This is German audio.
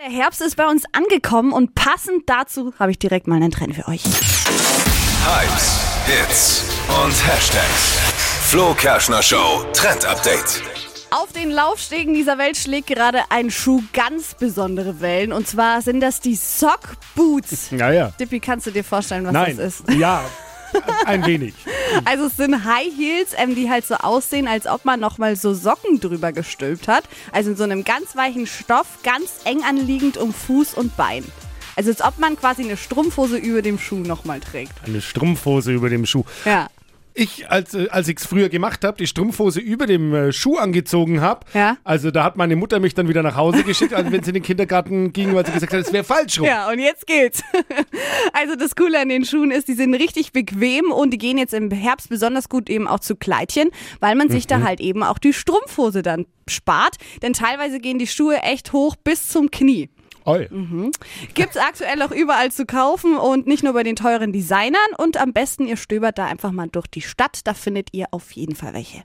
Der Herbst ist bei uns angekommen und passend dazu habe ich direkt mal einen Trend für euch. Hypes, Hits und Hashtags. Flo Kerschner Show Trend Update. Auf den Laufstegen dieser Welt schlägt gerade ein Schuh ganz besondere Wellen. Und zwar sind das die Sock Boots. Ja. Dippi, kannst du dir vorstellen, was Nein. das ist? Ja, ein wenig. Also es sind High Heels, die halt so aussehen, als ob man nochmal so Socken drüber gestülpt hat. Also in so einem ganz weichen Stoff, ganz eng anliegend um Fuß und Bein. Also als ob man quasi eine Strumpfhose über dem Schuh nochmal trägt. Eine Strumpfhose über dem Schuh. Ja. Ich, als ich es früher gemacht habe, die Strumpfhose über dem Schuh angezogen habe, Ja. also da hat meine Mutter mich dann wieder nach Hause geschickt, also wenn sie in den Kindergarten ging, weil sie gesagt hat, es wäre falsch rum. Ja, und jetzt geht's. Also das Coole an den Schuhen ist, die sind richtig bequem und die gehen jetzt im Herbst besonders gut eben auch zu Kleidchen, weil man sich da halt eben auch die Strumpfhose dann spart. Denn teilweise gehen die Schuhe echt hoch bis zum Knie. Oi. Gibt's aktuell auch überall zu kaufen und nicht nur bei den teuren Designern. Und am besten ihr stöbert da einfach mal durch die Stadt, da findet ihr auf jeden Fall welche.